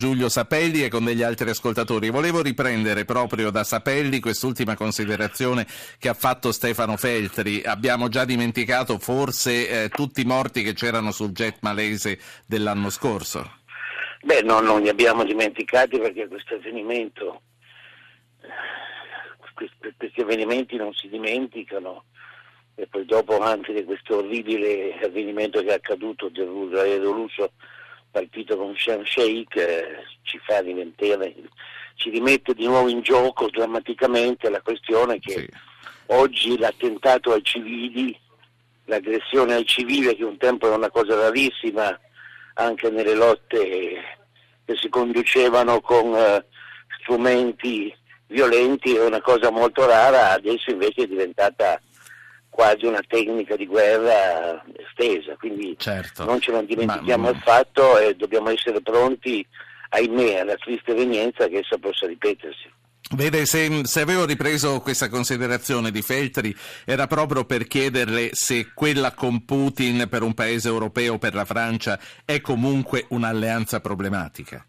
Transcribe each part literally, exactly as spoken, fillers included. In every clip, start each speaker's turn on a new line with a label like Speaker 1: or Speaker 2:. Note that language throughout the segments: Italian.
Speaker 1: Giulio Sapelli e con degli altri ascoltatori. Volevo riprendere proprio da Sapelli quest'ultima considerazione che ha fatto Stefano Feltri. Abbiamo già dimenticato forse eh, tutti i morti che c'erano sul jet malese dell'anno scorso?
Speaker 2: Beh, no, non li abbiamo dimenticati perché questo avvenimento, questi, questi avvenimenti non si dimenticano, e poi dopo anche di questo orribile avvenimento che è accaduto dell'aereo russo partito con Sharm Sheikh, eh, ci fa diventare, ci rimette di nuovo in gioco drammaticamente la questione che sì. Oggi l'attentato ai civili, l'aggressione ai civili, che un tempo era una cosa rarissima anche nelle lotte che si conducevano con eh, strumenti violenti, è una cosa molto rara, adesso invece è diventata quasi una tecnica di guerra estesa, quindi certo, non ce ne dimentichiamo il fatto e dobbiamo essere pronti, ahimè, alla triste evenienza che essa possa ripetersi.
Speaker 1: Vede, se, se avevo ripreso questa considerazione di Feltri era proprio per chiederle se quella con Putin per un paese europeo, per la Francia, è comunque un'alleanza problematica.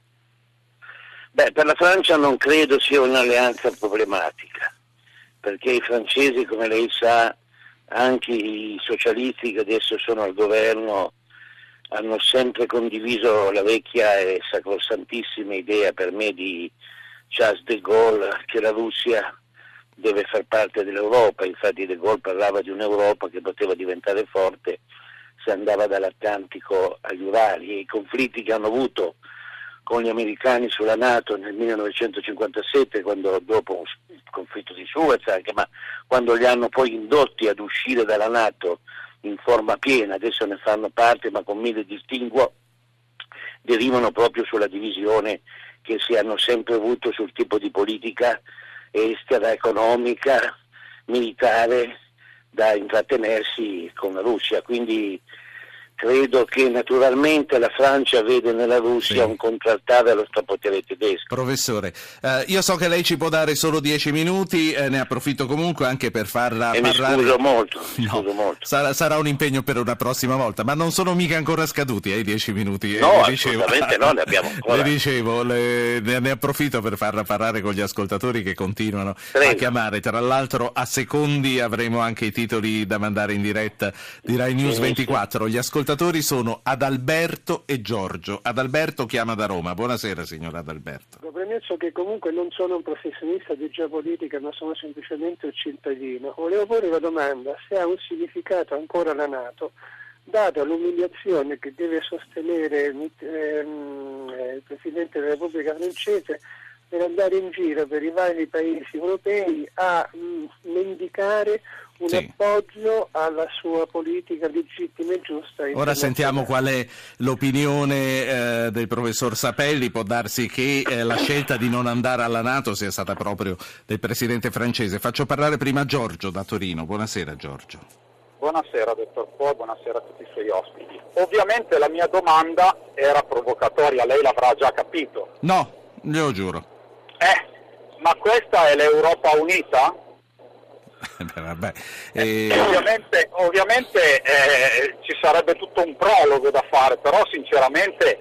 Speaker 2: Beh, per la Francia non credo sia un'alleanza problematica, perché i francesi, come lei sa, anche i socialisti che adesso sono al governo, hanno sempre condiviso la vecchia e sacrosantissima idea per me di Charles de Gaulle che la Russia deve far parte dell'Europa. Infatti de Gaulle parlava di un'Europa che poteva diventare forte se andava dall'Atlantico agli Urali, e i conflitti che hanno avuto con gli americani sulla NATO nel millenovecentocinquantasette, quando dopo il conflitto di Suez anche, ma quando li hanno poi indotti ad uscire dalla NATO in forma piena, adesso ne fanno parte ma con mille distinguo, derivano proprio sulla divisione che si hanno sempre avuto sul tipo di politica estera, economica, militare da intrattenersi con la Russia. Quindi credo che naturalmente la Francia vede nella Russia sì. un contraltare allo strapotere tedesco.
Speaker 1: Professore, eh, io so che lei ci può dare solo dieci minuti, eh, ne approfitto comunque anche per farla
Speaker 2: e
Speaker 1: parlare.
Speaker 2: Mi scuso molto, mi
Speaker 1: no,
Speaker 2: scuso molto.
Speaker 1: Sarà, sarà un impegno per una prossima volta, ma non sono mica ancora scaduti eh, i dieci minuti.
Speaker 2: No,
Speaker 1: eh,
Speaker 2: assolutamente no, ne abbiamo ancora.
Speaker 1: Le dicevo, le, ne approfitto per farla parlare con gli ascoltatori che continuano Prego. a chiamare. Tra l'altro a secondi avremo anche i titoli da mandare in diretta di Rai News ventiquattro. Gli ascoltatori sono Adalberto e Giorgio. Adalberto chiama da Roma. Buonasera signor Adalberto.
Speaker 3: Lo premesso che comunque non sono un professionista di geopolitica, ma sono semplicemente un cittadino. Volevo porre una domanda: se ha un significato ancora la NATO, data l'umiliazione che deve sostenere ehm, il Presidente della Repubblica francese per andare in giro per i vari paesi europei a mh, mendicare un sì. appoggio alla sua politica legittima e giusta.
Speaker 1: Ora sentiamo qual è l'opinione eh, del professor Sapelli. Può darsi che eh, la scelta di non andare alla NATO sia stata proprio del presidente francese. Faccio parlare prima Giorgio da Torino. Buonasera Giorgio.
Speaker 4: Buonasera dottor Po, buonasera a tutti i suoi ospiti. Ovviamente la mia domanda era provocatoria, lei l'avrà già capito.
Speaker 1: No, glielo giuro.
Speaker 4: Eh, ma questa è l'Europa unita?
Speaker 1: Beh, vabbè.
Speaker 4: Eh... Eh, ovviamente ovviamente eh, ci sarebbe tutto un prologo da fare, però sinceramente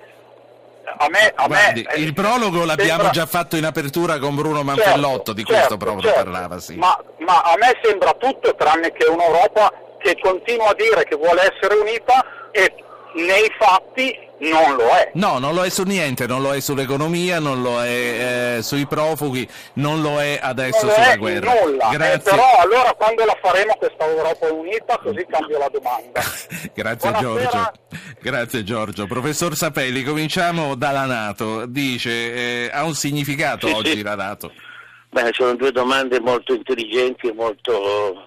Speaker 4: a me... A
Speaker 1: Guardi,
Speaker 4: me
Speaker 1: il prologo l'abbiamo sembra... già fatto in apertura con Bruno Manfellotto, certo, di questo
Speaker 4: certo,
Speaker 1: proprio
Speaker 4: certo.
Speaker 1: parlava, sì.
Speaker 4: Ma, ma a me sembra tutto tranne che un'Europa che continua a dire che vuole essere unita e nei fatti non lo è.
Speaker 1: No, non lo è su niente, non lo è sull'economia, non lo è eh, sui profughi, non lo è adesso
Speaker 4: non
Speaker 1: sulla
Speaker 4: è
Speaker 1: guerra.
Speaker 4: Nulla.
Speaker 1: Grazie.
Speaker 4: Eh, però allora quando la faremo questa Europa unita, così cambio la domanda.
Speaker 1: Grazie
Speaker 4: Buonasera.
Speaker 1: Giorgio. Grazie Giorgio. Professor Sapelli, cominciamo dalla NATO. Dice, eh, ha un significato
Speaker 2: sì,
Speaker 1: oggi
Speaker 2: sì.
Speaker 1: la NATO?
Speaker 2: Beh, sono due domande molto intelligenti e molto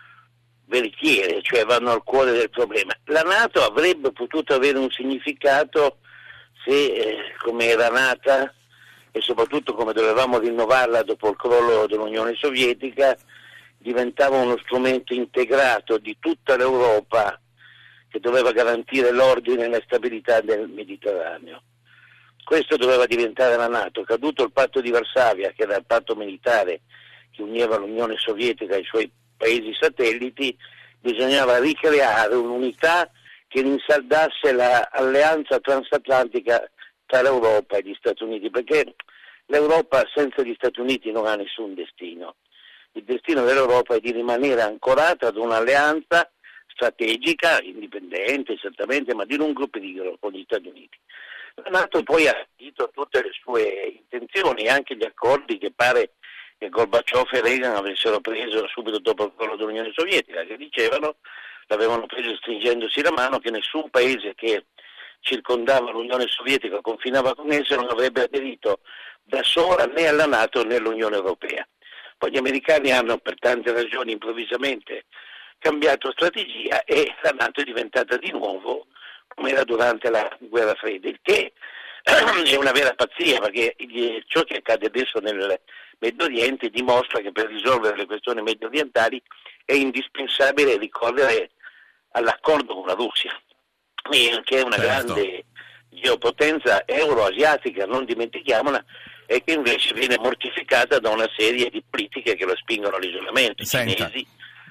Speaker 2: veritiere, cioè vanno al cuore del problema. La NATO avrebbe potuto avere un significato se, eh, come era nata e soprattutto come dovevamo rinnovarla dopo il crollo dell'Unione Sovietica, diventava uno strumento integrato di tutta l'Europa che doveva garantire l'ordine e la stabilità del Mediterraneo. Questo doveva diventare la NATO. Caduto il patto di Varsavia, che era il patto militare che univa l'Unione Sovietica ai suoi paesi satelliti, bisognava ricreare un'unità che rinsaldasse l'alleanza transatlantica tra l'Europa e gli Stati Uniti, perché l'Europa senza gli Stati Uniti non ha nessun destino. Il destino dell'Europa è di rimanere ancorata ad un'alleanza strategica, indipendente certamente, ma di lungo periodo con gli Stati Uniti. La NATO poi ha detto tutte le sue intenzioni, anche gli accordi che pare che Gorbaciov e Reagan avessero preso subito dopo il crollo dell'Unione Sovietica, che dicevano, l'avevano preso stringendosi la mano, che nessun paese che circondava l'Unione Sovietica o confinava con essa non avrebbe aderito da sola né alla NATO né all'Unione Europea. Poi gli americani hanno per tante ragioni improvvisamente cambiato strategia e la NATO è diventata di nuovo come era durante la guerra fredda, il che è una vera pazzia, perché ciò che accade adesso nel Medio Oriente dimostra che per risolvere le questioni medio orientali è indispensabile ricorrere all'accordo con la Russia, che è una certo. grande geopotenza euroasiatica, non dimentichiamola, e che invece viene mortificata da una serie di politiche che lo spingono all'isolamento, i cinesi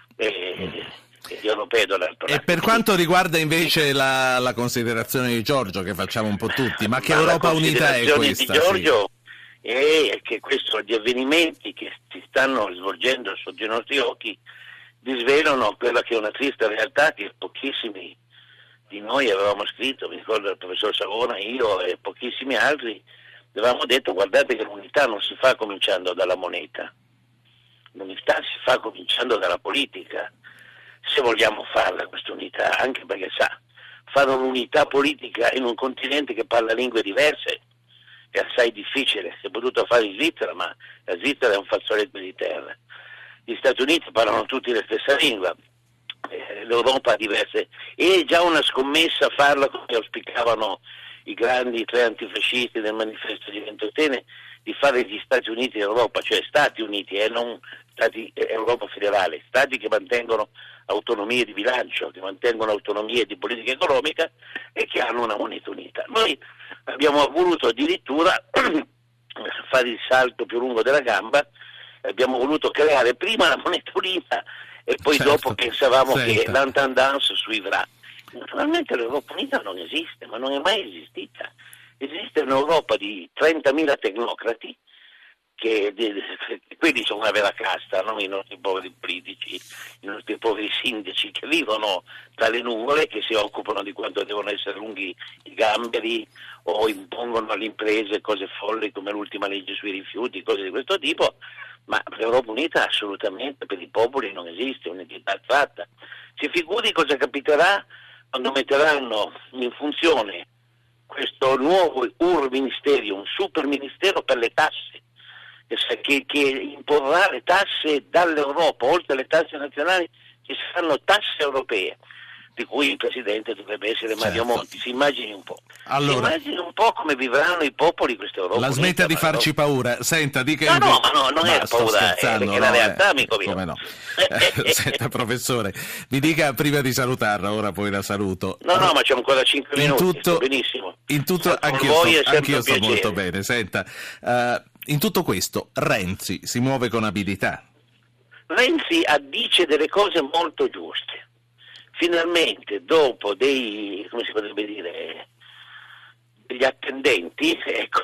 Speaker 2: e gli europei dall'altro lato.
Speaker 1: E per quanto riguarda invece la, la considerazione di Giorgio, che facciamo un po' tutti, ma che ma Europa unita è questa?
Speaker 2: Di Giorgio sì. è che questo, gli avvenimenti che si stanno svolgendo sotto i nostri occhi disvelano quella che è una triste realtà che pochissimi di noi avevamo scritto, mi ricordo il professor Savona, io e pochissimi altri, avevamo detto: guardate che l'unità non si fa cominciando dalla moneta, l'unità si fa cominciando dalla politica, se vogliamo farla questa unità, anche perché sa, fare un'unità politica in un continente che parla lingue diverse è assai difficile. Si è potuto fare in Svizzera, ma la Svizzera è un fazzoletto di terra, gli Stati Uniti parlano tutti la stessa lingua, eh, l'Europa ha diverse, e è già una scommessa farla come auspicavano i grandi tre antifascisti del manifesto di Ventotene, di fare gli Stati Uniti d'Europa, cioè Stati Uniti e eh, non Stati eh, Europa federale, Stati che mantengono autonomie di bilancio, che mantengono autonomie di politica economica e che hanno una moneta unita. Noi abbiamo voluto addirittura fare il salto più lungo della gamba, abbiamo voluto creare prima la moneta unita e poi certo, dopo pensavamo certo. che l'intendance suivrà. Naturalmente l'Europa unita non esiste, ma non è mai esistita. Esiste un'Europa di trentamila tecnocrati, che quelli sono una vera casta, non i nostri poveri politici, i nostri poveri sindaci che vivono tra le nuvole, che si occupano di quanto devono essere lunghi i gamberi o impongono alle imprese cose folli come l'ultima legge sui rifiuti, cose di questo tipo, ma l'Europa unita assolutamente per i popoli non esiste, è un'entità astratta. Si figuri cosa capiterà quando metteranno in funzione questo nuovo Ur Ministero, un super ministero per le tasse, che, che imporrà le tasse dall'Europa, oltre alle tasse nazionali ci saranno tasse europee, di cui il Presidente dovrebbe essere Mario certo. Monti. Si immagini un po'.
Speaker 1: Allora,
Speaker 2: si immagini un po' come vivranno i popoli questa Europa.
Speaker 1: La smetta di farci no? paura. Senta, dica
Speaker 2: No, no, ma no, non ma è paura, è perché no, la realtà,
Speaker 1: eh,
Speaker 2: amico mio.
Speaker 1: Come no. Senta, professore, mi dica prima di salutarla, ora poi la saluto.
Speaker 2: No, no, ma c'è ancora cinque minuti,
Speaker 1: in tutto,
Speaker 2: benissimo.
Speaker 1: In tutto, anch'io sto, anch'io sto molto bene. Senta, uh, in tutto questo Renzi si muove con abilità.
Speaker 2: Renzi addice delle cose molto giuste. Finalmente, dopo dei, come si potrebbe dire, degli attendenti, ecco,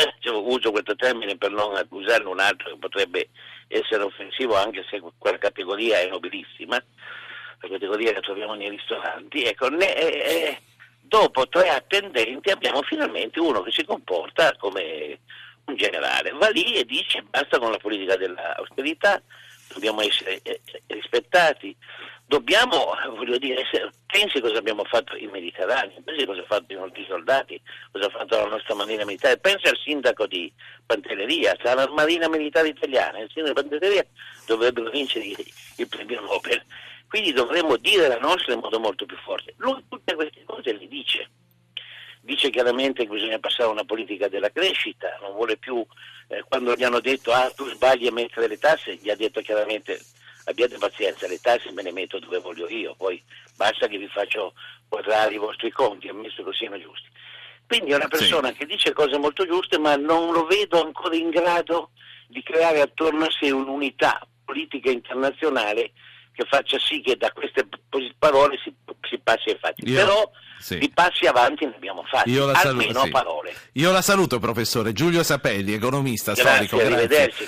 Speaker 2: uso questo termine per non accusarne un altro che potrebbe essere offensivo, anche se quella categoria è nobilissima, la categoria che troviamo nei ristoranti, ecco, ne, eh, dopo tre attendenti abbiamo finalmente uno che si comporta come un generale, va lì e dice basta con la politica dell'austerità, dobbiamo essere eh, rispettati, dobbiamo, voglio dire, pensi cosa abbiamo fatto in Mediterraneo, pensi cosa ha fatto i nostri soldati, cosa ha fatto la nostra marina militare, pensi al sindaco di Pantelleria, cioè la marina militare italiana, il sindaco di Pantelleria dovrebbero vincere il premio Nobel, quindi dovremmo dire la nostra in modo molto più forte. Lui tutte queste cose le dice. Dice chiaramente che bisogna passare a una politica della crescita, non vuole più, eh, quando gli hanno detto ah tu sbagli a mettere le tasse, gli ha detto chiaramente abbiate pazienza, le tasse me ne metto dove voglio io, poi basta che vi faccio quadrare i vostri conti, ammesso che siano giusti. Quindi è una persona sì. che dice cose molto giuste, ma non lo vedo ancora in grado di creare attorno a sé un'unità politica internazionale che faccia sì che da queste parole si, si passi ai fatti.
Speaker 1: Io,
Speaker 2: Però
Speaker 1: sì.
Speaker 2: di passi avanti ne abbiamo fatti,
Speaker 1: Io la
Speaker 2: almeno
Speaker 1: saluto, sì.
Speaker 2: parole.
Speaker 1: Io la saluto, professore Giulio Sapelli, economista
Speaker 2: Grazie,
Speaker 1: storico. Grazie.
Speaker 2: Arrivederci.